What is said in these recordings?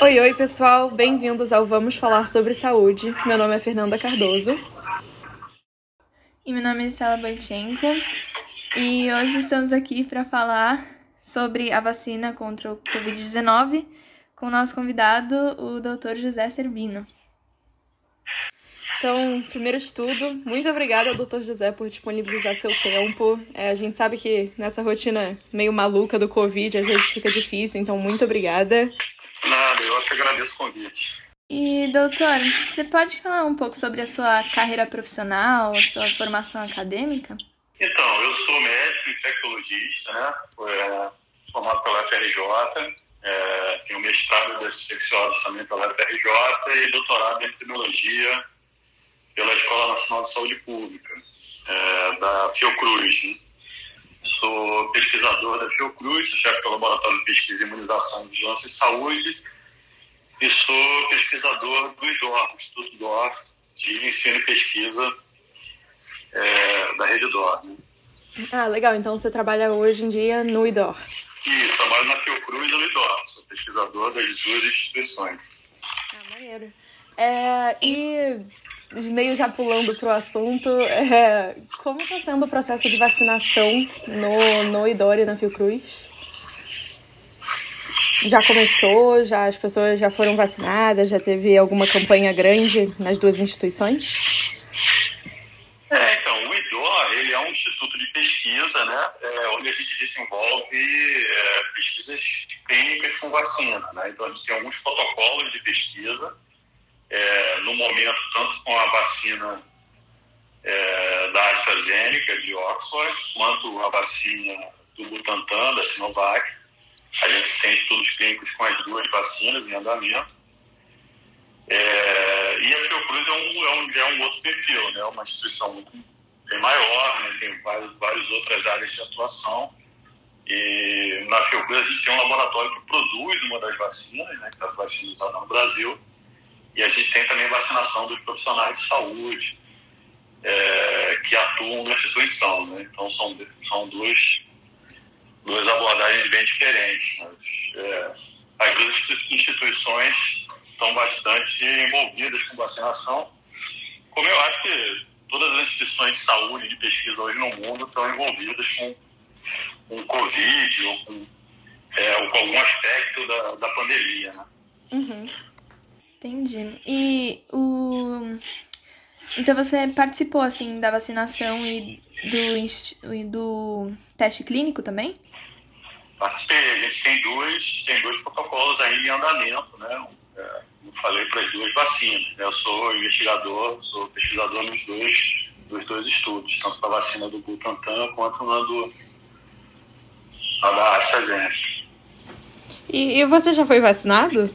Oi, oi, pessoal! Bem-vindos ao Vamos Falar sobre Saúde. Meu nome é Fernanda Cardoso. E meu nome é Stella Boichenko. E hoje estamos aqui para falar sobre a vacina contra o Covid-19 com o nosso convidado, o Dr. José Zerbino. Então, primeiro de tudo, muito obrigada, Dr. José, por disponibilizar seu tempo. A gente sabe que nessa rotina meio maluca do Covid, às vezes fica difícil, então muito obrigada. Nada, eu que agradeço o convite. E, doutor, você pode falar um pouco sobre a sua carreira profissional, a sua formação acadêmica? Então, eu sou médico infectologista, né? Formado pela FRJ, tenho mestrado de infecciólogos também pela FRJ e doutorado em epidemiologia pela Escola Nacional de Saúde Pública, da Fiocruz, né? Sou pesquisador da Fiocruz, sou chefe do Laboratório de Pesquisa e Imunização e Vigilância de Saúde e sou pesquisador do IDOR, Instituto DOR, de Ensino e Pesquisa da Rede DOR. Né? Ah, legal. Então você trabalha hoje em dia no IDOR. Isso, trabalho na Fiocruz e no IDOR. Sou pesquisador das duas instituições. Ah, maneiro. E meio já pulando pro assunto, como está sendo o processo de vacinação no IDOR e na Fiocruz? Já começou? As pessoas já foram vacinadas? Já teve alguma campanha grande nas duas instituições? Então, o IDOR, ele é um instituto de pesquisa, né, onde a gente desenvolve pesquisas clínicas com vacina, né? Então, a gente tem alguns protocolos de pesquisa, no momento, tanto com a vacina da AstraZeneca, de Oxford, quanto a vacina do Butantan, da Sinovac. A gente tem estudos clínicos com as duas vacinas em andamento. E a Fiocruz é um outro perfil, né? Uma instituição muito bem maior, né? Tem várias outras áreas de atuação. E na Fiocruz a gente tem um laboratório que produz uma das vacinas, né? Que é as vacinas usadas no Brasil. E a gente tem também vacinação dos profissionais de saúde que atuam na instituição, né? Então são duas abordagens bem diferentes. Mas, as duas instituições estão bastante envolvidas com vacinação, como eu acho que todas as instituições de saúde e de pesquisa hoje no mundo estão envolvidas com Covid ou com algum aspecto da pandemia, né? Uhum. Entendi. Então você participou, assim, da vacinação e do teste clínico também? Participei. A gente tem dois protocolos aí em andamento, né? Eu falei para as duas vacinas. Eu sou investigador, sou pesquisador nos dois estudos, tanto da vacina do Butantan quanto na da AstraZeneca. E você já foi vacinado?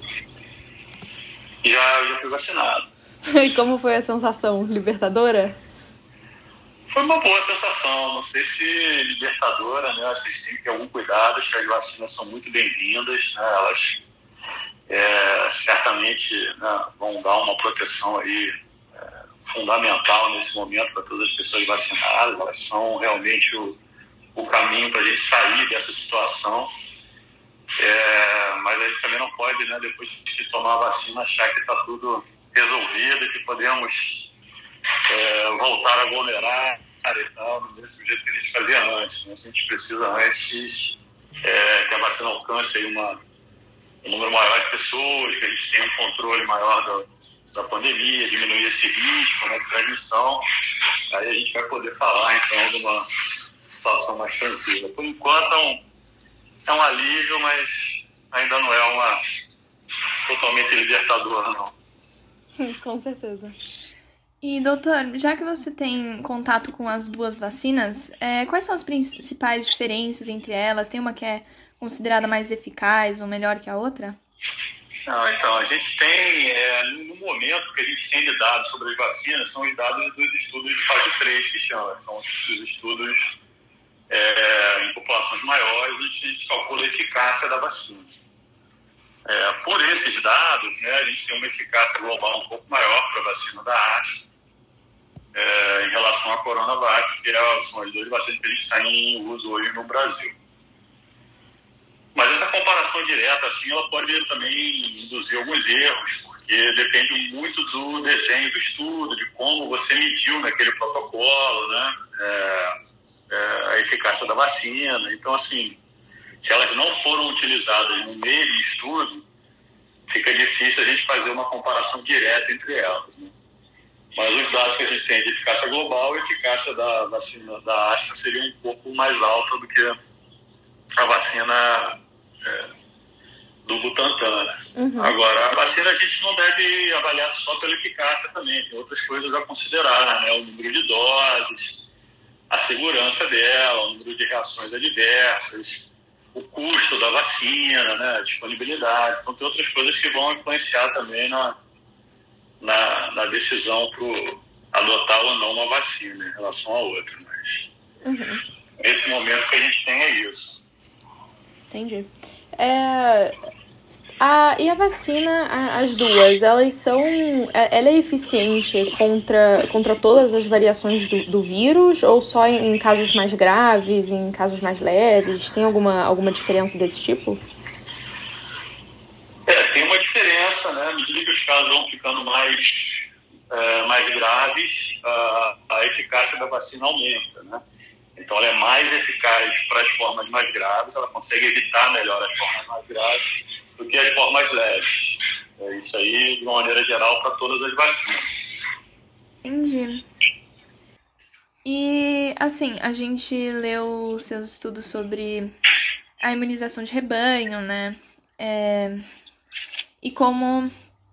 Já fui vacinado. E como foi a sensação? Libertadora? Foi uma boa sensação, não sei se libertadora, né? Acho que a gente tem que ter algum cuidado, acho que as vacinas são muito bem-vindas, né? Elas certamente, né, vão dar uma proteção aí fundamental nesse momento para todas as pessoas vacinadas. Elas são realmente o caminho para a gente sair dessa situação. Mas a gente também não pode, né, depois de tomar a vacina, achar que está tudo resolvido e que podemos voltar a aglomerar e tal, do mesmo jeito que a gente fazia antes. Né? A gente precisa antes que a vacina alcance aí um número maior de pessoas, que a gente tenha um controle maior da pandemia, diminuir esse risco, né, de transmissão. Aí a gente vai poder falar, então, de uma situação mais tranquila. Por enquanto é um alívio, mas ainda não é totalmente libertador, não. Com certeza. E, doutor, já que você tem contato com as duas vacinas, quais são as principais diferenças entre elas? Tem uma que é considerada mais eficaz ou melhor que a outra? Não, então, a gente tem, no momento que a gente tem de dados sobre as vacinas, são os dados dos estudos de fase 3, que chama. São os estudos em populações maiores, onde a gente calcula a eficácia da vacina. Por esses dados, né, a gente tem uma eficácia global um pouco maior para a vacina da Astra, em relação à Coronavac, que são as duas vacinas que a gente está em uso hoje no Brasil. Mas essa comparação direta, assim, ela pode também induzir alguns erros, porque depende muito do desenho do estudo, de como você mediu naquele protocolo, né? A eficácia da vacina. Então, assim, se elas não foram utilizadas no mesmo estudo, fica difícil a gente fazer uma comparação direta entre elas, né? Mas os dados que a gente tem de eficácia global e eficácia da vacina da Astra seria um pouco mais alta do que a vacina do Butantan. Uhum. Agora, a vacina a gente não deve avaliar só pela eficácia também, tem outras coisas a considerar, né? O número de doses, a segurança dela, o número de reações adversas, o custo da vacina, né? A disponibilidade. Então, tem outras coisas que vão influenciar também na decisão para adotar ou não uma vacina em relação a outra. Mas nesse momento que a gente tem é isso. Entendi. E a vacina, as duas, ela é eficiente contra todas as variações do vírus ou só em casos mais graves, em casos mais leves? Tem alguma diferença desse tipo? Tem uma diferença, né? À medida que os casos vão ficando mais graves, a eficácia da vacina aumenta, né? Então, ela é mais eficaz para as formas mais graves, ela consegue evitar melhor as formas mais graves do que as formas leves. Isso aí, de uma maneira geral, para todas as vacinas. Entendi. E, assim, a gente leu os seus estudos sobre a imunização de rebanho, né? E como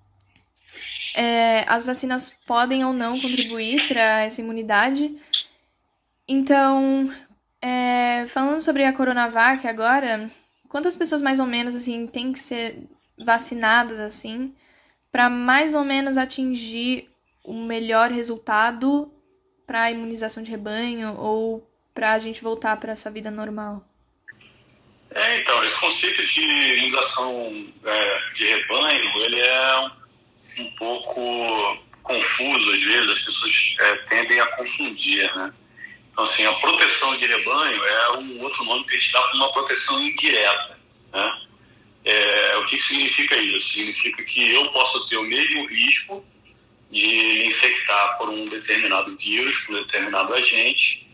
as vacinas podem ou não contribuir para essa imunidade. Então, falando sobre a Coronavac agora, quantas pessoas mais ou menos assim têm que ser vacinadas assim para mais ou menos atingir o melhor resultado para a imunização de rebanho ou para a gente voltar para essa vida normal? Então, esse conceito de imunização de rebanho, ele é um pouco confuso às vezes, as pessoas tendem a confundir, né? Então, assim, a proteção de rebanho é um outro nome que a gente dá para uma proteção indireta, né? O que significa isso? Significa que eu posso ter o mesmo risco de me infectar por um determinado vírus, por um determinado agente.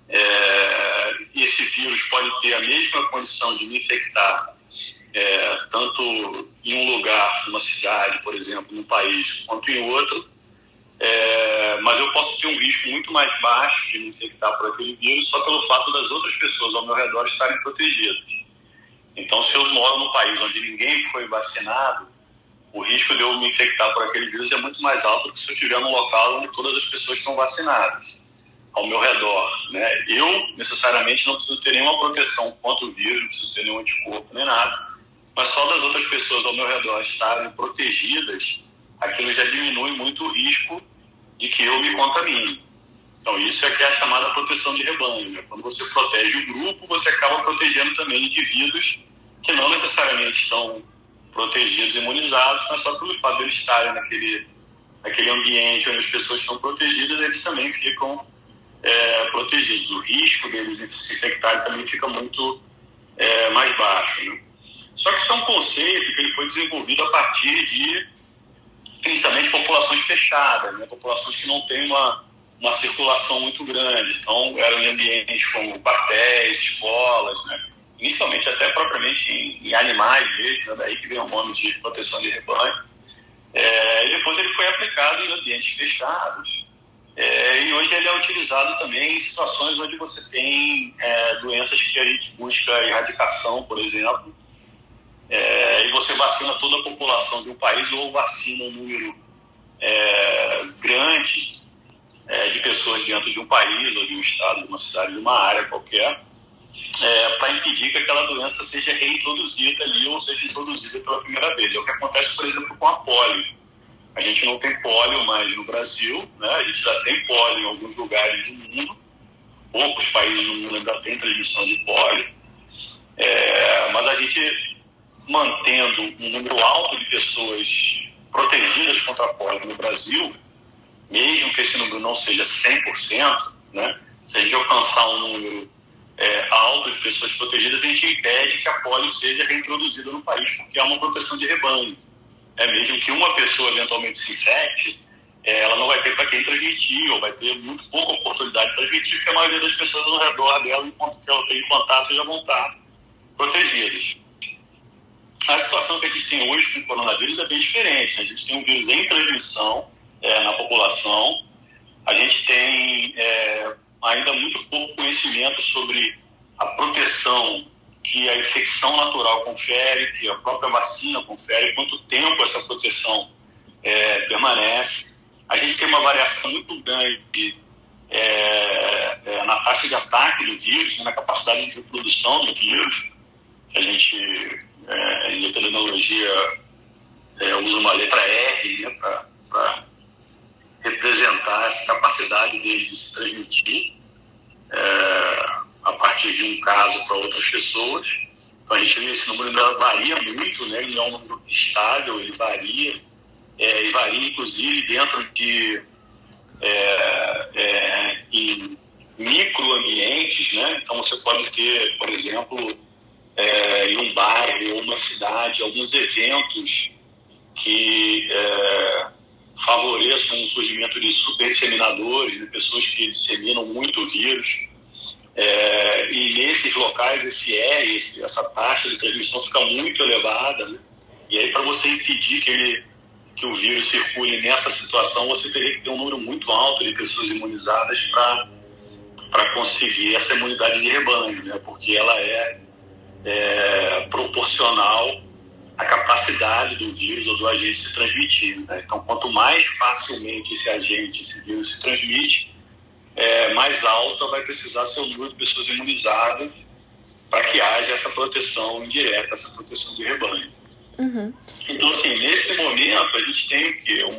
Esse vírus pode ter a mesma condição de me infectar tanto em um lugar, numa cidade, por exemplo, num país, quanto em outro. Mas eu posso ter um risco muito mais baixo de me infectar por aquele vírus só pelo fato das outras pessoas ao meu redor estarem protegidas. Então, se eu moro num país onde ninguém foi vacinado, o risco de eu me infectar por aquele vírus é muito mais alto do que se eu estiver num local onde todas as pessoas estão vacinadas ao meu redor, né? Eu, necessariamente, não preciso ter nenhuma proteção contra o vírus, não preciso ter nenhum anticorpo, nem nada, mas só das outras pessoas ao meu redor estarem protegidas, aquilo já diminui muito o risco de que eu me contamine. Então, isso é que é a chamada proteção de rebanho, né? Quando você protege o grupo, você acaba protegendo também indivíduos que não necessariamente estão protegidos, imunizados, mas só pelo fato de eles estarem naquele ambiente onde as pessoas estão protegidas, eles também ficam protegidos. O risco deles se infectarem também fica muito mais baixo, né? Só que isso é um conceito que ele foi desenvolvido a partir de, inicialmente, populações fechadas, né? Populações que não têm uma circulação muito grande. Então, eram em ambientes como quartéis, escolas, né? Inicialmente até propriamente em animais mesmo, né? Daí que vem o nome de proteção de rebanho. E depois ele foi aplicado em ambientes fechados. E hoje ele é utilizado também em situações onde você tem doenças que a gente busca erradicação, por exemplo, e você vacina toda a população de um país ou vacina um número grande de pessoas dentro de um país ou de um estado, de uma cidade, de uma área qualquer, para impedir que aquela doença seja reintroduzida ali ou seja introduzida pela primeira vez. É o que acontece, por exemplo, com a polio. A gente não tem polio mais no Brasil, né? A gente já tem polio em alguns lugares do mundo, poucos países no mundo ainda têm transmissão de polio, mas a gente mantendo um número alto de pessoas protegidas contra a polio no Brasil, mesmo que esse número não seja 100%, né? Se a gente alcançar um número alto de pessoas protegidas, a gente impede que a polio seja reintroduzida no país, porque é uma proteção de rebanho. Mesmo que uma pessoa eventualmente se infecte, ela não vai ter para quem transmitir, ou vai ter muito pouca oportunidade de transmitir, porque a maioria das pessoas ao redor dela, enquanto que ela tem contato, já vão estar protegidas. A situação que a gente tem hoje com o coronavírus é bem diferente, né? A gente tem um vírus em transmissão na população, a gente tem ainda muito pouco conhecimento sobre a proteção que a infecção natural confere, que a própria vacina confere, quanto tempo essa proteção permanece. A gente tem uma variação muito grande na taxa de ataque do vírus, na capacidade de reprodução do vírus. A gente, em epidemiologia, usa uma letra R, né, para representar essa capacidade dele de se transmitir a partir de um caso para outras pessoas. Então a gente vê esse número varia muito, né? Ele não é um número estável, ele varia, e varia inclusive dentro de em microambientes, né? Então você pode ter, por exemplo, em um bairro ou uma cidade, alguns eventos que favoreçam o surgimento de superdisseminadores, de pessoas que disseminam muito o vírus. E nesses locais essa taxa de transmissão fica muito elevada, né? E aí, para você impedir que o vírus circule nessa situação, você teria que ter um número muito alto de pessoas imunizadas para conseguir essa imunidade de rebanho, né? Porque ela é proporcional à capacidade do vírus ou do agente se transmitir, né? Então, quanto mais facilmente esse vírus se transmite, mais alta vai precisar ser o número de pessoas imunizadas para que haja essa proteção indireta, essa proteção de rebanho. Uhum. Então, assim, nesse momento, a gente tem o quê?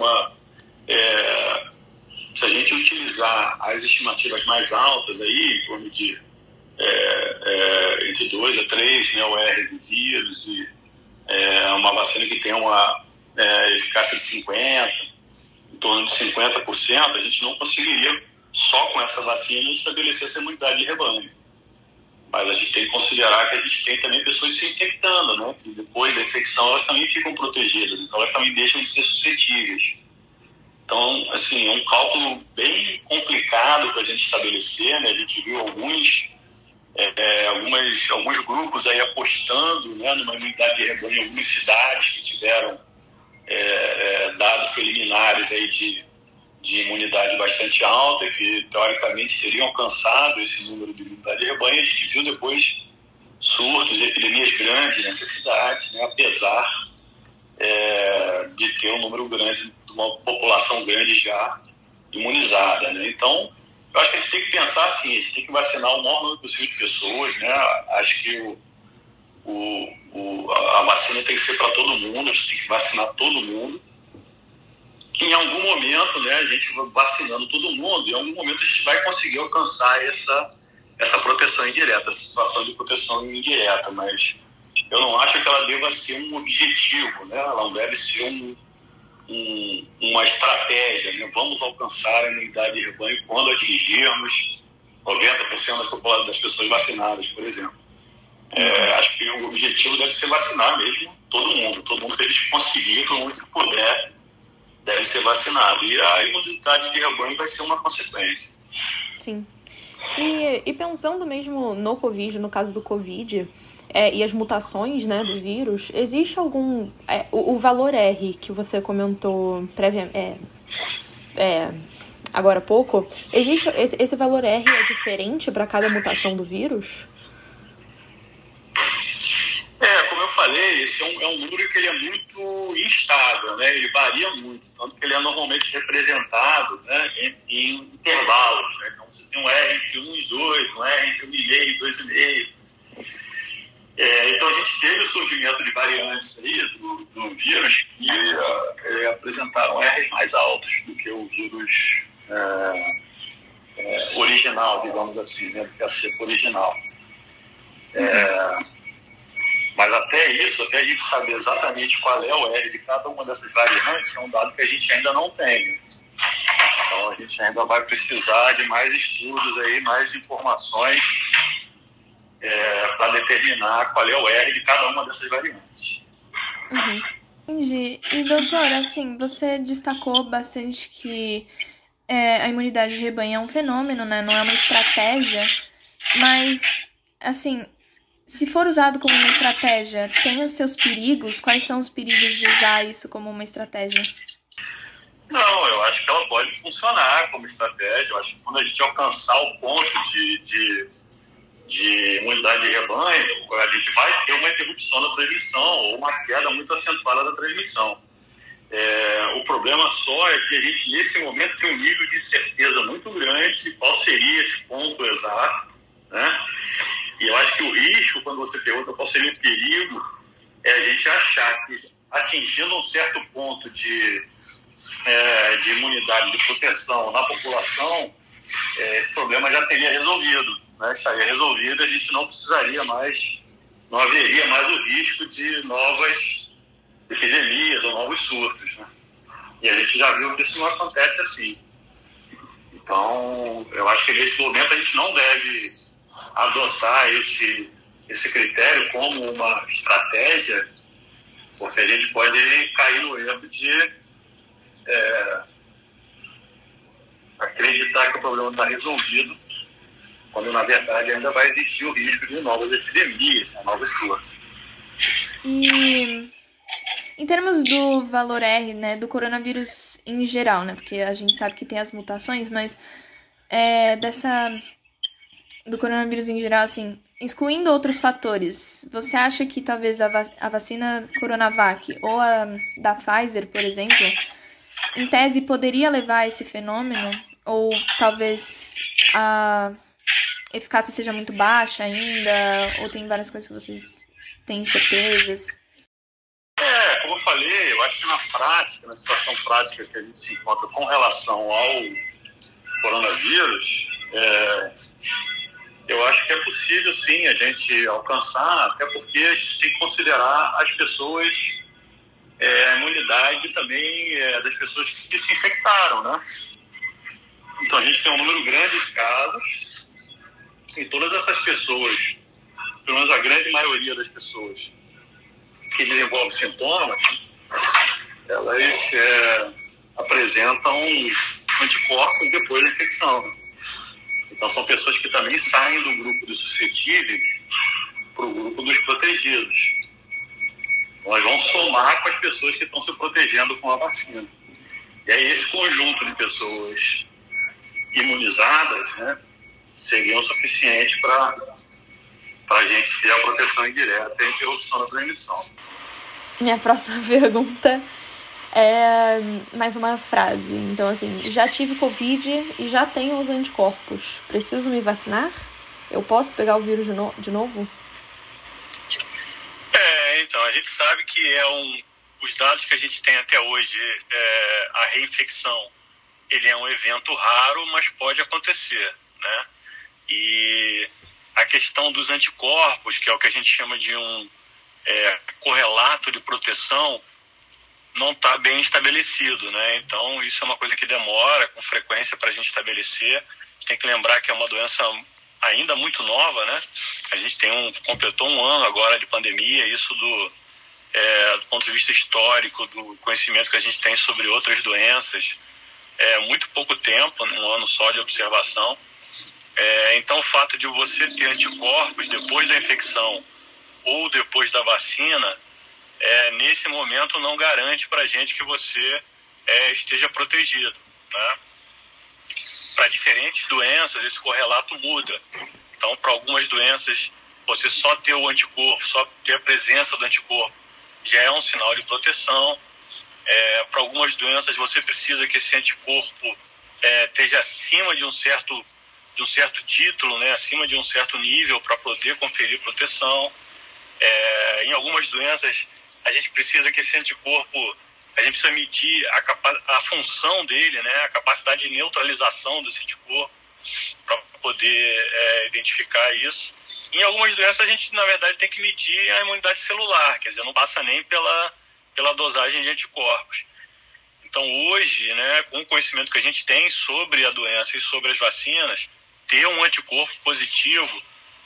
Se a gente utilizar as estimativas mais altas aí, em torno de entre 2 a 3, né, o R do vírus, e uma vacina que tem uma eficácia de 50%, em torno de 50%, a gente não conseguiria, só com essa vacina, estabelecer essa imunidade de rebanho. Mas a gente tem que considerar que a gente tem também pessoas se infectando, né? Que depois da infecção elas também ficam protegidas, então elas também deixam de ser suscetíveis. Então, assim, é um cálculo bem complicado para a gente estabelecer, né? A gente viu alguns grupos aí apostando, né, numa imunidade de rebanho em algumas cidades que tiveram dados preliminares aí de imunidade bastante alta, que teoricamente teriam alcançado esse número de imunidade de rebanho. A gente viu depois surtos e epidemias grandes nessas cidades, né, apesar de ter um número grande, de uma população grande já imunizada, né? Então, eu acho que a gente tem que pensar assim, a gente tem que vacinar o maior número possível de pessoas, né? Acho que a vacina tem que ser para todo mundo, a gente tem que vacinar todo mundo. Em algum momento, né, a gente vai vacinando todo mundo, e em algum momento a gente vai conseguir alcançar essa proteção indireta, essa situação de proteção indireta, mas eu não acho que ela deva ser um objetivo, né? Ela não deve ser uma estratégia, né? Vamos alcançar a imunidade de rebanho quando atingirmos 90% das pessoas vacinadas, por exemplo. Acho que o objetivo deve ser vacinar mesmo todo mundo que a gente conseguir, todo mundo que puder deve ser vacinado. E a imunidade de rebanho vai ser uma consequência. Sim. E pensando mesmo no Covid, no caso do Covid, e as mutações, né, do vírus, existe algum... o valor R que você comentou previamente, agora há pouco, existe esse valor R é diferente para cada mutação do vírus? Como eu falei, esse é um número que ele é muito instável, né? Ele varia muito, tanto que ele é normalmente representado, né, em intervalos, né? Então você tem um R entre 1 e 2, um R entre 1,5 e 2,5. Então a gente teve o surgimento de variantes aí do vírus que apresentaram R's mais altos do que o vírus original, digamos assim, né? Do que a cepa original. Mas até a gente saber exatamente qual é o R de cada uma dessas variantes, é um dado que a gente ainda não tem. Então a gente ainda vai precisar de mais estudos aí, mais informações para determinar qual é o R de cada uma dessas variantes. Uhum. Entendi. E, doutora, assim, você destacou bastante que a imunidade de rebanho é um fenômeno, né? Não é uma estratégia. Mas, assim, se for usado como uma estratégia, tem os seus perigos? Quais são os perigos de usar isso como uma estratégia? Não, eu acho que ela pode funcionar como estratégia. Eu acho que quando a gente alcançar o ponto de imunidade de rebanho, a gente vai ter uma interrupção da transmissão ou uma queda muito acentuada da transmissão. O problema só é que a gente, nesse momento, tem um nível de incerteza muito grande de qual seria esse ponto exato, né? E eu acho que o risco, quando você pergunta qual seria o perigo, é a gente achar que, atingindo um certo ponto de imunidade, de proteção na população, esse problema já teria resolvido, né? Estaria resolvido, a gente não precisaria mais, não haveria mais o risco de novas epidemias ou novos surtos, né? E a gente já viu que isso não acontece assim. Então, eu acho que nesse momento a gente não deve adotar esse critério como uma estratégia, porque a gente pode cair no erro de acreditar que o problema está resolvido, quando na verdade ainda vai existir o risco de novas epidemias, novos surtos. E em termos do valor R, né, do coronavírus em geral, né, porque a gente sabe que tem as mutações, mas do coronavírus em geral, assim, excluindo outros fatores, você acha que talvez a vacina Coronavac ou a da Pfizer, por exemplo, em tese poderia levar a esse fenômeno? Ou talvez a eficácia seja muito baixa ainda? Ou tem várias coisas que vocês têm certezas? Como eu falei, eu acho que na prática, na situação prática que a gente se encontra com relação ao coronavírus, eu acho que é possível sim a gente alcançar, até porque a gente tem que considerar as pessoas, a imunidade também das pessoas que se infectaram, né? Então a gente tem um número grande de casos e todas essas pessoas, pelo menos a grande maioria das pessoas que desenvolvem sintomas, elas apresentam anticorpos depois da infecção. Então são pessoas que também saem do grupo dos suscetíveis para o grupo dos protegidos. Nós vamos somar com as pessoas que estão se protegendo com a vacina. E aí esse conjunto de pessoas imunizadas, né, seriam suficientes para a gente ter a proteção indireta e a interrupção da transmissão. Minha próxima pergunta é mais uma frase. Então, assim, já tive Covid e já tenho os anticorpos. Preciso me vacinar? Eu posso pegar o vírus de novo? Então, a gente sabe que os dados que a gente tem até hoje, a reinfecção, ele é um evento raro, mas pode acontecer, né? E a questão dos anticorpos, que é o que a gente chama de um correlato de proteção, não está bem estabelecido, né? Então, isso é uma coisa que demora com frequência para a gente estabelecer. A gente tem que lembrar que é uma doença ainda muito nova, né? A gente completou um ano agora de pandemia, isso do ponto de vista histórico, do conhecimento que a gente tem sobre outras doenças, muito pouco tempo, um ano só de observação. Então, o fato de você ter anticorpos depois da infecção ou depois da vacina, nesse momento não garante para a gente que você esteja protegido, né? Para diferentes doenças, esse correlato muda. Então, para algumas doenças, você só ter o anticorpo, só ter a presença do anticorpo, já é um sinal de proteção. Para algumas doenças, você precisa que esse anticorpo esteja acima de um certo título, né? Acima de um certo nível para poder conferir proteção. Em algumas doenças, a gente precisa que esse anticorpo, a gente precisa medir a função dele, né? A capacidade de neutralização desse anticorpo para poder identificar isso. Em algumas doenças, a gente, na verdade, tem que medir a imunidade celular, quer dizer, não passa nem pela dosagem de anticorpos. Então, hoje, né, com o conhecimento que a gente tem sobre a doença e sobre as vacinas, ter um anticorpo positivo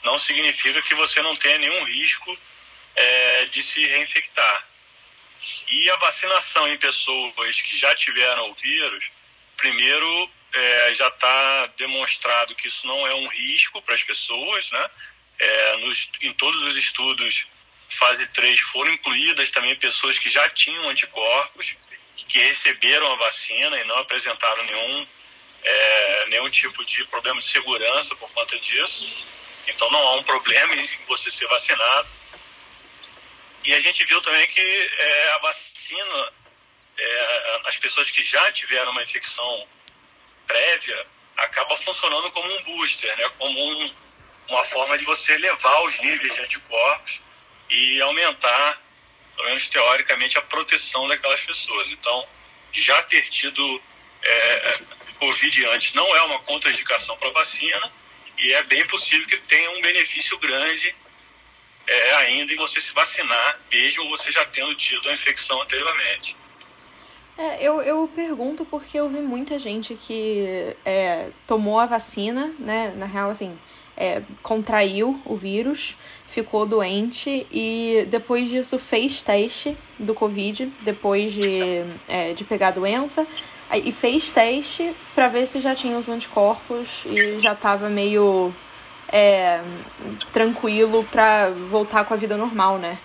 não significa que você não tenha nenhum risco de se reinfectar. E a vacinação em pessoas que já tiveram o vírus, primeiro, já está demonstrado que isso não é um risco para as pessoas, né? Em todos os estudos, fase 3, foram incluídas também pessoas que já tinham anticorpos, que receberam a vacina e não apresentaram nenhum tipo de problema de segurança por conta disso. Então não há um problema em você ser vacinado. E a gente viu também que a vacina, as pessoas que já tiveram uma infecção prévia, acaba funcionando como um booster, né? Como uma forma de você elevar os níveis de anticorpos e aumentar, pelo menos teoricamente, a proteção daquelas pessoas. Então, já ter tido Covid antes não é uma contraindicação para a vacina e é bem possível que tenha um benefício grande ainda em você se vacinar, mesmo você já tendo tido a infecção anteriormente. Eu pergunto porque eu vi muita gente que tomou a vacina, né? Na real, assim, contraiu o vírus, ficou doente e depois disso fez teste do Covid, depois de pegar a doença, e fez teste pra ver se já tinha os anticorpos e já tava meio tranquilo pra voltar com a vida normal, né?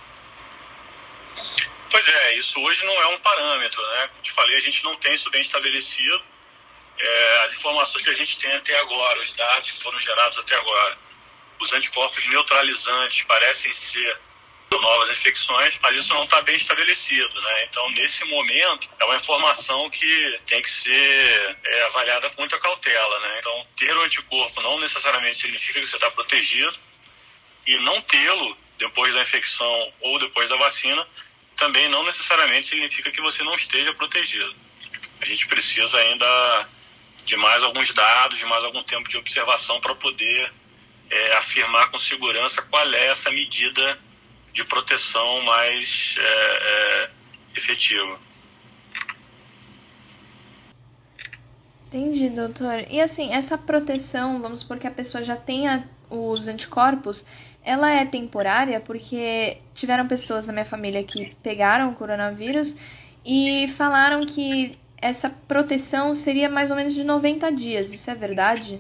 Pois isso hoje não é um parâmetro, né? Como te falei, a gente não tem isso bem estabelecido. As informações que a gente tem até agora, os dados que foram gerados até agora, os anticorpos neutralizantes parecem ser novas infecções, mas isso não está bem estabelecido, né? Então, nesse momento, é uma informação que tem que ser avaliada com muita cautela, né? Então, ter o anticorpo não necessariamente significa que você está protegido, e não tê-lo depois da infecção ou depois da vacina também não necessariamente significa que você não esteja protegido. A gente precisa ainda de mais alguns dados, de mais algum tempo de observação para poder afirmar com segurança qual é essa medida de proteção mais efetiva. Entendi, doutor. E assim, essa proteção, vamos supor que a pessoa já tenha os anticorpos, ela é temporária? Porque tiveram pessoas na minha família que pegaram o coronavírus e falaram que essa proteção seria mais ou menos de 90 dias. Isso é verdade?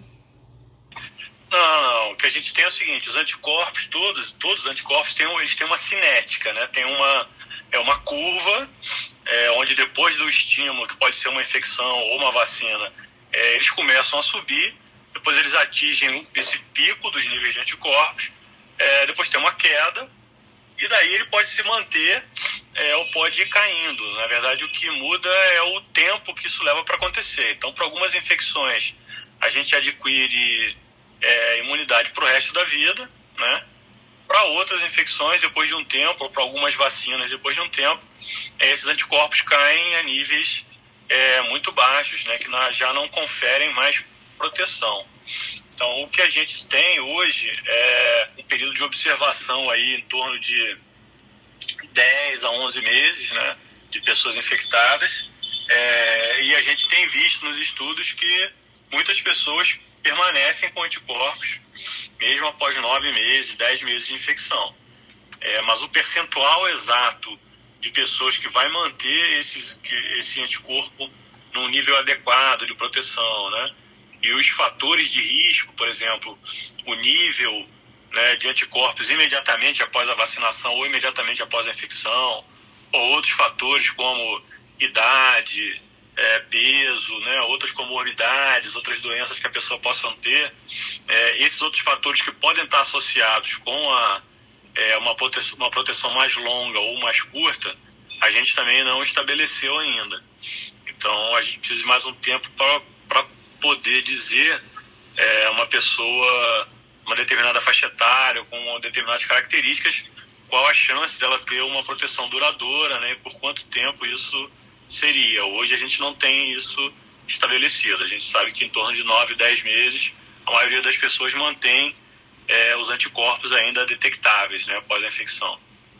Não. O que a gente tem é o seguinte, os anticorpos, todos os anticorpos eles têm uma cinética, né? Tem uma curva, onde depois do estímulo, que pode ser uma infecção ou uma vacina, eles começam a subir, depois eles atingem esse pico dos níveis de anticorpos, depois tem uma queda, e daí ele pode se manter ou pode ir caindo. Na verdade, o que muda é o tempo que isso leva para acontecer. Então, para algumas infecções, a gente adquire imunidade para o resto da vida, né? Para outras infecções, depois de um tempo, ou para algumas vacinas, depois de um tempo, esses anticorpos caem a níveis muito baixos, né? Que já não conferem mais proteção. Então, o que a gente tem hoje é um período de observação aí em torno de 10 a 11 meses, né, de pessoas infectadas, e a gente tem visto nos estudos que muitas pessoas permanecem com anticorpos, mesmo após 9 meses, 10 meses de infecção. Mas o percentual exato de pessoas que vai manter esse anticorpo num nível adequado de proteção, né, e os fatores de risco, por exemplo, o nível, né, de anticorpos imediatamente após a vacinação ou imediatamente após a infecção, ou outros fatores como idade, peso, né, outras comorbidades, outras doenças que a pessoa possa ter, esses outros fatores que podem estar associados com uma proteção mais longa ou mais curta, a gente também não estabeleceu ainda. Então, a gente precisa de mais um tempo para poder dizer uma pessoa, uma determinada faixa etária, com determinadas características, qual a chance dela ter uma proteção duradoura, né, e por quanto tempo isso seria. Hoje a gente não tem isso estabelecido. A gente sabe que em torno de 9, 10 meses, a maioria das pessoas mantém os anticorpos ainda detectáveis, né, após a infecção.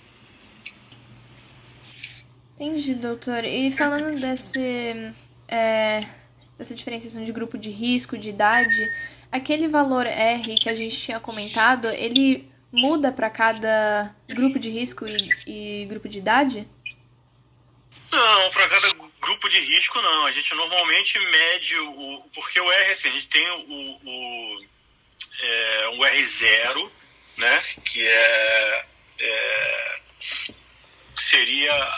Entendi, doutor. E falando dessa diferenciação de grupo de risco, de idade, aquele valor R que a gente tinha comentado, ele muda para cada grupo de risco e grupo de idade? Não, para cada grupo de risco não. A gente normalmente mede porque o R, assim, a gente tem o R0, né? Que seria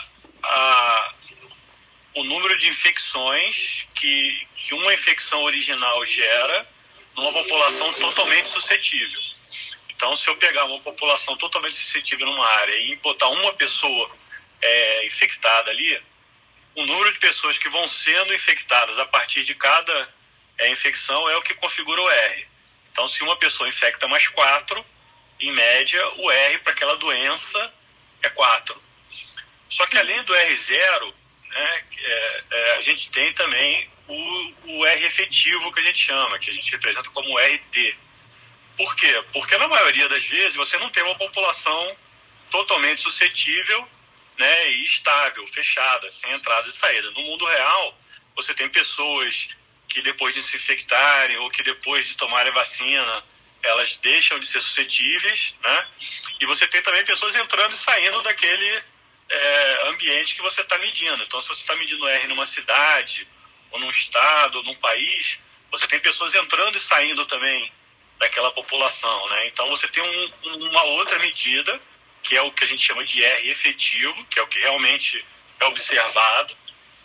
o número de infecções que uma infecção original gera numa população totalmente suscetível. Então, se eu pegar uma população totalmente suscetível numa área e botar uma pessoa infectada ali, o número de pessoas que vão sendo infectadas a partir de cada infecção é o que configura o R. Então, se uma pessoa infecta mais 4, em média, o R para aquela doença é 4. Só que além do R0, né, a gente tem também o R efetivo, que a gente chama, que a gente representa como RT. Por quê? Porque na maioria das vezes você não tem uma população totalmente suscetível, né, e estável, fechada, sem entrada e saída. No mundo real, você tem pessoas que depois de se infectarem ou que depois de tomarem vacina, elas deixam de ser suscetíveis, né? E você tem também pessoas entrando e saindo daquele ambiente que você está medindo. Então, se você está medindo R numa cidade, ou num estado, ou num país, você tem pessoas entrando e saindo também daquela população, né? Então, você tem uma outra medida, que é o que a gente chama de R efetivo, que é o que realmente é observado.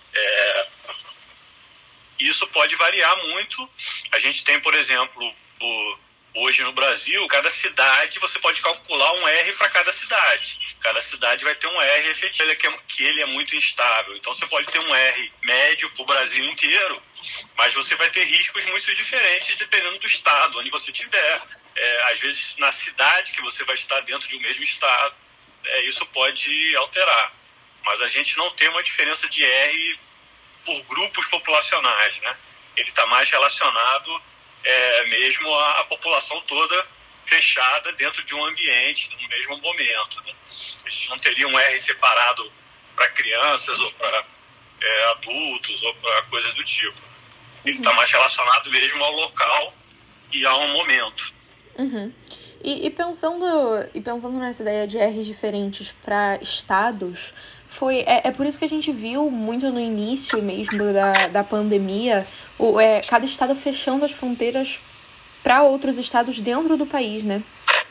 Isso pode variar muito. A gente tem, por exemplo, hoje no Brasil, cada cidade, você pode calcular um R para cada cidade. Cada cidade vai ter um R efetivo, que ele é muito instável. Então, você pode ter um R médio para o Brasil inteiro, mas você vai ter riscos muito diferentes dependendo do estado onde você estiver. Às vezes, na cidade que você vai estar dentro de um mesmo estado, isso pode alterar. Mas a gente não tem uma diferença de R por grupos populacionais, né? Ele está mais relacionado mesmo à população toda fechada dentro de um ambiente, no mesmo momento, né? A gente não teria um R separado para crianças ou para adultos ou para coisas do tipo. Ele está mais relacionado mesmo ao local e a um momento. Uhum. E pensando nessa ideia de R's diferentes para estados, é por isso que a gente viu muito no início mesmo da pandemia, cada estado fechando as fronteiras para outros estados dentro do país, né?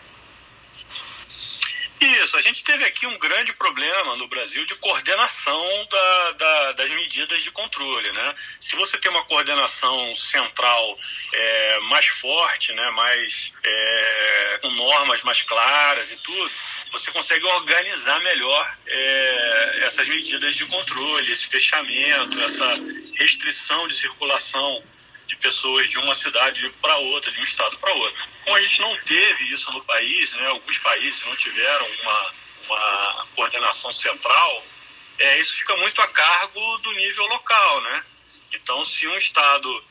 Isso, a gente teve aqui um grande problema no Brasil de coordenação das medidas de controle, né? Se você tem uma coordenação central mais forte, né, com normas mais claras e tudo, você consegue organizar melhor essas medidas de controle, esse fechamento, essa restrição de circulação de pessoas de uma cidade para outra, de um estado para outro. Como a gente não teve isso no país, né, alguns países não tiveram uma coordenação central, isso fica muito a cargo do nível local, né? Então, se um estado...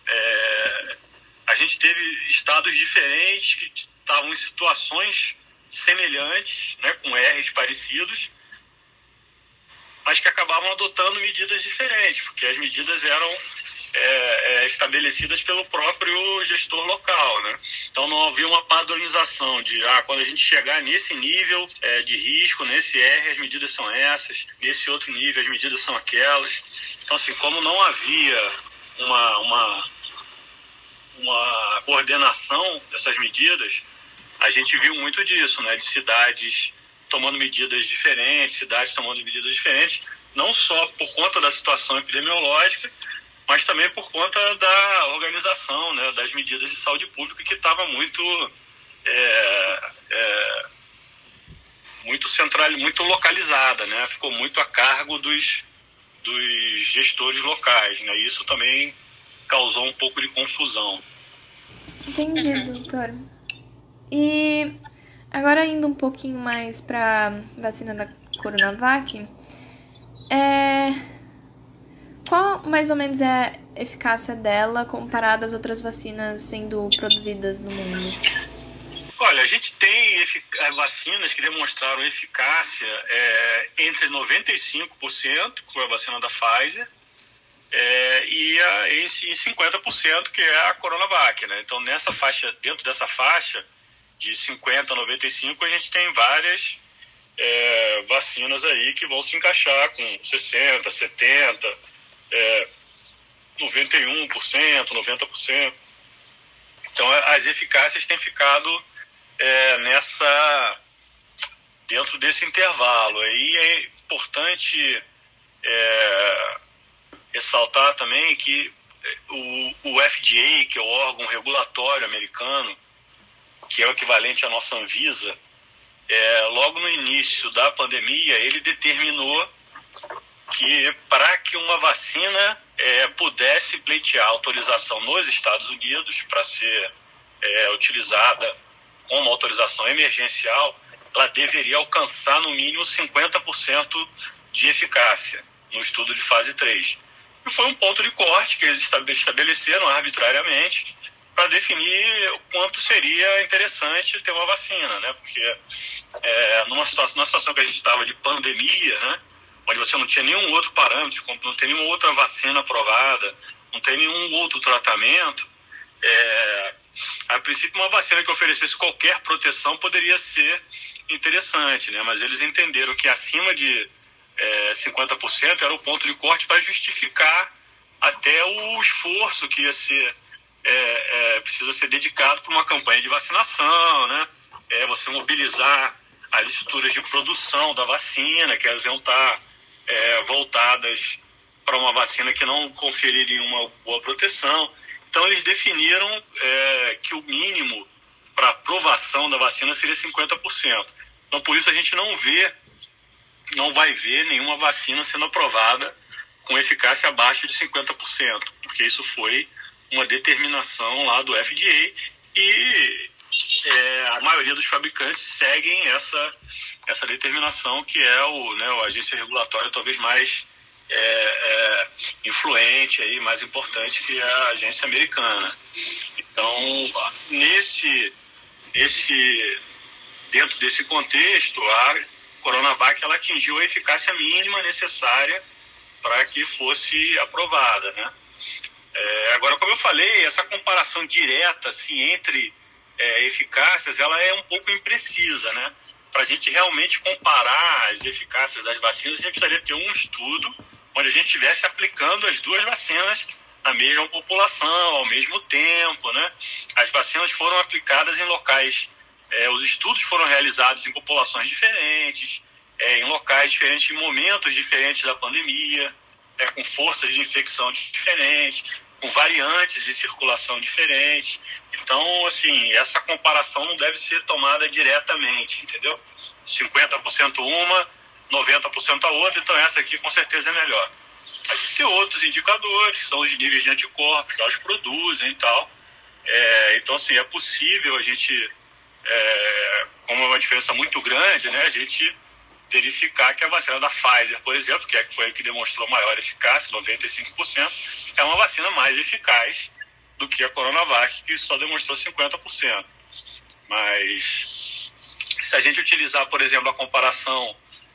a gente teve estados diferentes que estavam em situações semelhantes, né, com R's parecidos, mas que acabavam adotando medidas diferentes, porque as medidas eram estabelecidas pelo próprio gestor local, né? Então não havia uma padronização de quando a gente chegar nesse nível de risco, nesse R as medidas são essas, nesse outro nível as medidas são aquelas. Então, assim, como não havia uma coordenação dessas medidas, a gente viu muito disso, né? De cidades tomando medidas diferentes, não só por conta da situação epidemiológica, mas também por conta da organização, né, das medidas de saúde pública, que estava muito localizada, né? Ficou muito a cargo dos gestores locais, né? Isso também causou um pouco de confusão. Entendi, doutor. E agora indo um pouquinho mais para a vacina da Coronavac, qual mais ou menos é a eficácia dela comparada às outras vacinas sendo produzidas no mundo? Olha, a gente tem vacinas que demonstraram eficácia entre 95%, que foi a vacina da Pfizer, em 50%, que é a Coronavac, né? Então, dentro dessa faixa de 50 a 95, a gente tem várias vacinas aí que vão se encaixar com 60, 70, 91%, 90%. Então, as eficácias têm ficado dentro desse intervalo. Aí é importante ressaltar também que o FDA, que é o órgão regulatório americano, que é o equivalente à nossa Anvisa, logo no início da pandemia, ele determinou que para que uma vacina pudesse pleitear autorização nos Estados Unidos para ser utilizada com uma autorização emergencial, ela deveria alcançar no mínimo 50% de eficácia no estudo de fase 3. E foi um ponto de corte que eles estabeleceram arbitrariamente para definir o quanto seria interessante ter uma vacina, né? Porque numa situação que a gente estava de pandemia, né? Onde você não tinha nenhum outro parâmetro, não tem nenhuma outra vacina aprovada, não tem nenhum outro tratamento, a princípio uma vacina que oferecesse qualquer proteção poderia ser interessante, né? Mas eles entenderam que acima de 50% era o ponto de corte para justificar até o esforço que ia ser precisa ser dedicado para uma campanha de vacinação, né? Você mobilizar as estruturas de produção da vacina, que elas iam estar voltadas para uma vacina que não conferiria uma boa proteção. Então, eles definiram que o mínimo para aprovação da vacina seria 50%. Então, por isso, a gente não vai ver nenhuma vacina sendo aprovada com eficácia abaixo de 50%, porque isso foi uma determinação lá do FDA e a maioria dos fabricantes seguem essa determinação, que é a agência regulatória talvez mais influente, aí, mais importante, que é a agência americana. Então, dentro desse contexto, a Coronavac ela atingiu a eficácia mínima necessária para que fosse aprovada, né? Agora, como eu falei, essa comparação direta assim, entre eficácias, ela é um pouco imprecisa, né? Para a gente realmente comparar as eficácias das vacinas, a gente precisaria ter um estudo onde a gente estivesse aplicando as duas vacinas na mesma população, ao mesmo tempo, né? As vacinas foram aplicadas em locais, os estudos foram realizados em populações diferentes, em locais diferentes, em momentos diferentes da pandemia, com forças de infecção diferentes, com variantes de circulação diferentes. Então, assim, essa comparação não deve ser tomada diretamente, entendeu? 50% uma, 90% a outra, então essa aqui com certeza é melhor. A gente tem outros indicadores, que são os níveis de anticorpos que elas produzem e tal. Então, assim, é possível a gente, como é uma diferença muito grande, né, a gente verificar que a vacina da Pfizer, por exemplo, que foi a que demonstrou maior eficácia, 95%, é uma vacina mais eficaz do que a Coronavac, que só demonstrou 50%. Mas se a gente utilizar, por exemplo, a comparação,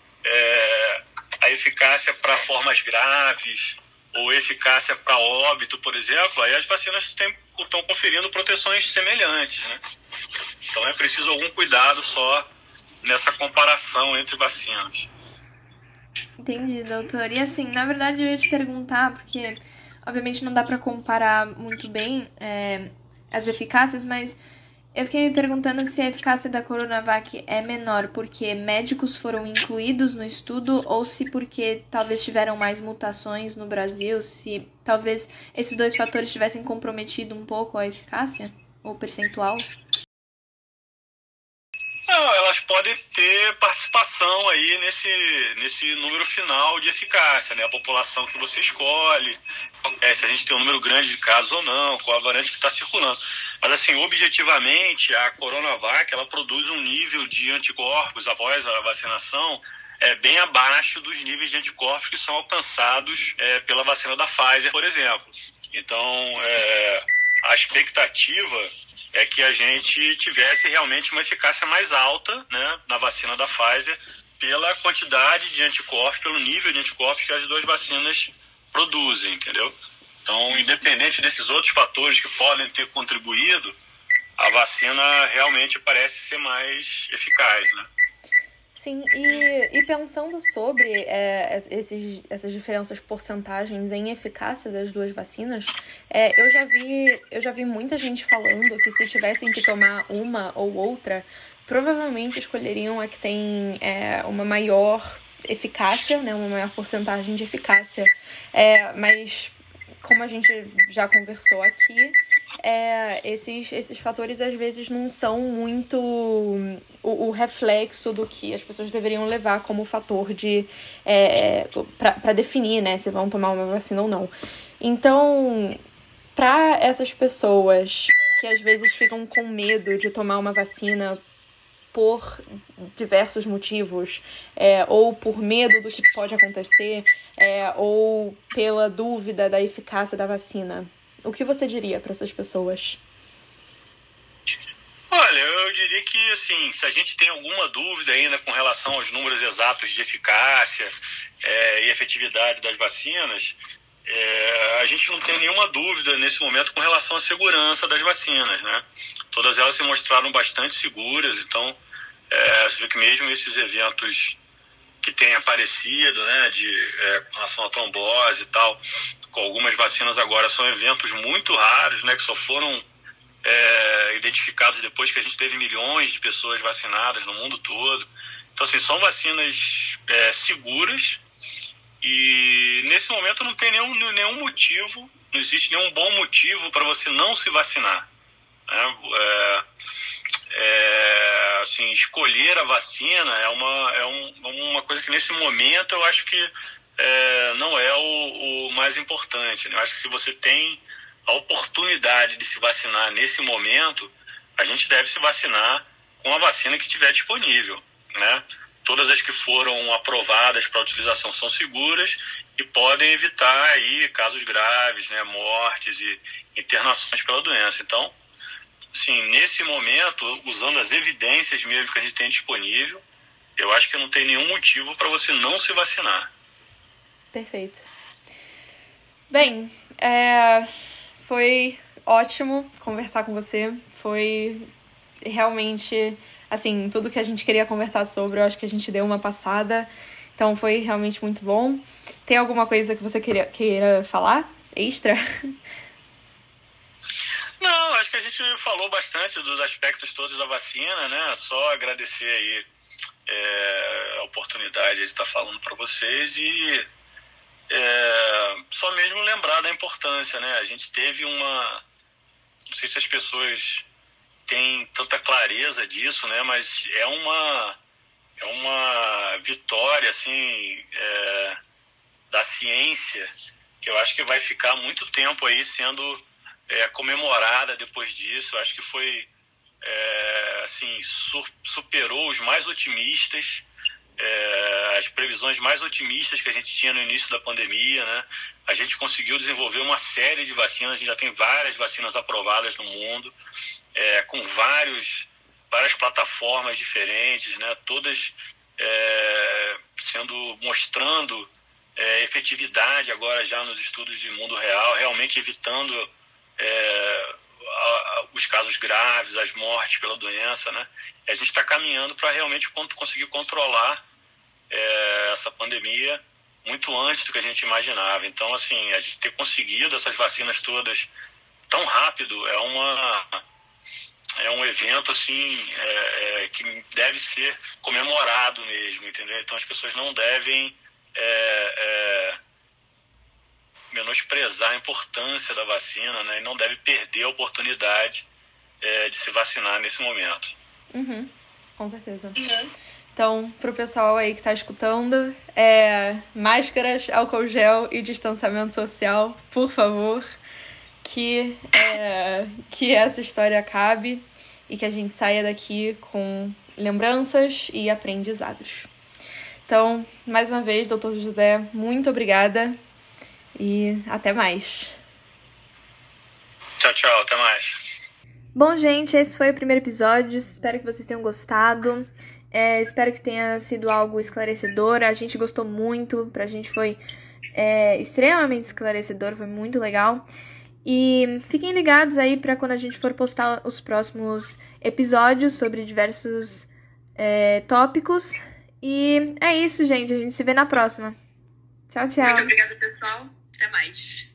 a eficácia para formas graves ou eficácia para óbito, por exemplo, aí as vacinas estão conferindo proteções semelhantes, né? Então é preciso algum cuidado só nessa comparação entre vacinas. Entendi, doutor. E assim, na verdade eu ia te perguntar, porque obviamente não dá para comparar muito bem as eficácias, mas eu fiquei me perguntando se a eficácia da Coronavac é menor porque médicos foram incluídos no estudo ou se porque talvez tiveram mais mutações no Brasil, se talvez esses dois fatores tivessem comprometido um pouco a eficácia ou percentual. Não, elas podem ter participação aí nesse número final de eficácia, né? A população que você escolhe, se a gente tem um número grande de casos ou não, qual a variante que está circulando. Mas, assim, objetivamente, a Coronavac, ela produz um nível de anticorpos após a vacinação bem abaixo dos níveis de anticorpos que são alcançados pela vacina da Pfizer, por exemplo. Então, a expectativa é que a gente tivesse realmente uma eficácia mais alta, né, na vacina da Pfizer, pela quantidade de anticorpos, pelo nível de anticorpos que as duas vacinas produzem, entendeu? Então, independente desses outros fatores que podem ter contribuído, a vacina realmente parece ser mais eficaz, né? Sim, e pensando sobre essas diferenças porcentagens em eficácia das duas vacinas, eu já vi muita gente falando que se tivessem que tomar uma ou outra, provavelmente escolheriam a que tem uma maior eficácia, né, uma maior porcentagem de eficácia. Mas, como a gente já conversou aqui, esses fatores às vezes não são muito o reflexo do que as pessoas deveriam levar como fator para definir, né, se vão tomar uma vacina ou não. Então, para essas pessoas que às vezes ficam com medo de tomar uma vacina por diversos motivos, ou por medo do que pode acontecer, ou pela dúvida da eficácia da vacina, o que você diria para essas pessoas? Olha, eu diria que, assim, se a gente tem alguma dúvida ainda com relação aos números exatos de eficácia e efetividade das vacinas, a gente não tem nenhuma dúvida nesse momento com relação à segurança das vacinas, né? Todas elas se mostraram bastante seguras, então você vê que mesmo esses eventos que têm aparecido, né, com relação à trombose e tal, com algumas vacinas agora são eventos muito raros, né, que só foram identificados depois que a gente teve milhões de pessoas vacinadas no mundo todo. Então, assim, são vacinas seguras e nesse momento não tem nenhum motivo, não existe nenhum bom motivo para você não se vacinar, né? Assim, escolher a vacina é uma coisa que nesse momento eu acho que não é o mais importante, né? Eu acho que se você tem a oportunidade de se vacinar nesse momento, a gente deve se vacinar com a vacina que tiver disponível, né? Todas as que foram aprovadas para utilização são seguras e podem evitar aí casos graves, né, mortes e internações pela doença. Então, sim, nesse momento, usando as evidências mesmo que a gente tem disponível, eu acho que não tem nenhum motivo para você não se vacinar. Perfeito. Bem, foi ótimo conversar com você. Foi realmente, assim, tudo que a gente queria conversar sobre, eu acho que a gente deu uma passada. Então foi realmente muito bom. Tem alguma coisa que você queira falar? Extra? Não, acho que a gente falou bastante dos aspectos todos da vacina, né? Só agradecer aí a oportunidade de estar falando para vocês e só mesmo lembrar da importância, né? A gente teve não sei se as pessoas têm tanta clareza disso, né? Mas é uma vitória, assim, da ciência que eu acho que vai ficar muito tempo aí sendo comemorada depois disso. Eu acho que foi, assim, superou os mais otimistas, as previsões mais otimistas que a gente tinha no início da pandemia, né? A gente conseguiu desenvolver uma série de vacinas, a gente já tem várias vacinas aprovadas no mundo, com várias plataformas diferentes, né? Todas mostrando efetividade agora já nos estudos de mundo real, realmente evitando os casos graves, as mortes pela doença, né? E a gente está caminhando para realmente conseguir controlar essa pandemia muito antes do que a gente imaginava. Então, assim, a gente ter conseguido essas vacinas todas tão rápido é um evento, assim, que deve ser comemorado mesmo, entendeu? Então, as pessoas não devem menosprezar a importância da vacina, né? E não deve perder a oportunidade de se vacinar nesse momento. Uhum, com certeza. Uhum. Então, pro pessoal aí que tá escutando, máscaras, álcool gel e distanciamento social, por favor, que essa história acabe e que a gente saia daqui com lembranças e aprendizados. Então, mais uma vez, Dr. José, muito obrigada e até mais. Tchau, tchau, até mais. Bom, gente, esse foi o primeiro episódio, espero que vocês tenham gostado. Espero que tenha sido algo esclarecedor. A gente gostou muito, pra gente foi extremamente esclarecedor, foi muito legal. E fiquem ligados aí para quando a gente for postar os próximos episódios sobre diversos tópicos. E é isso, gente. A gente se vê na próxima. Tchau, tchau. Muito obrigada, pessoal. Até mais.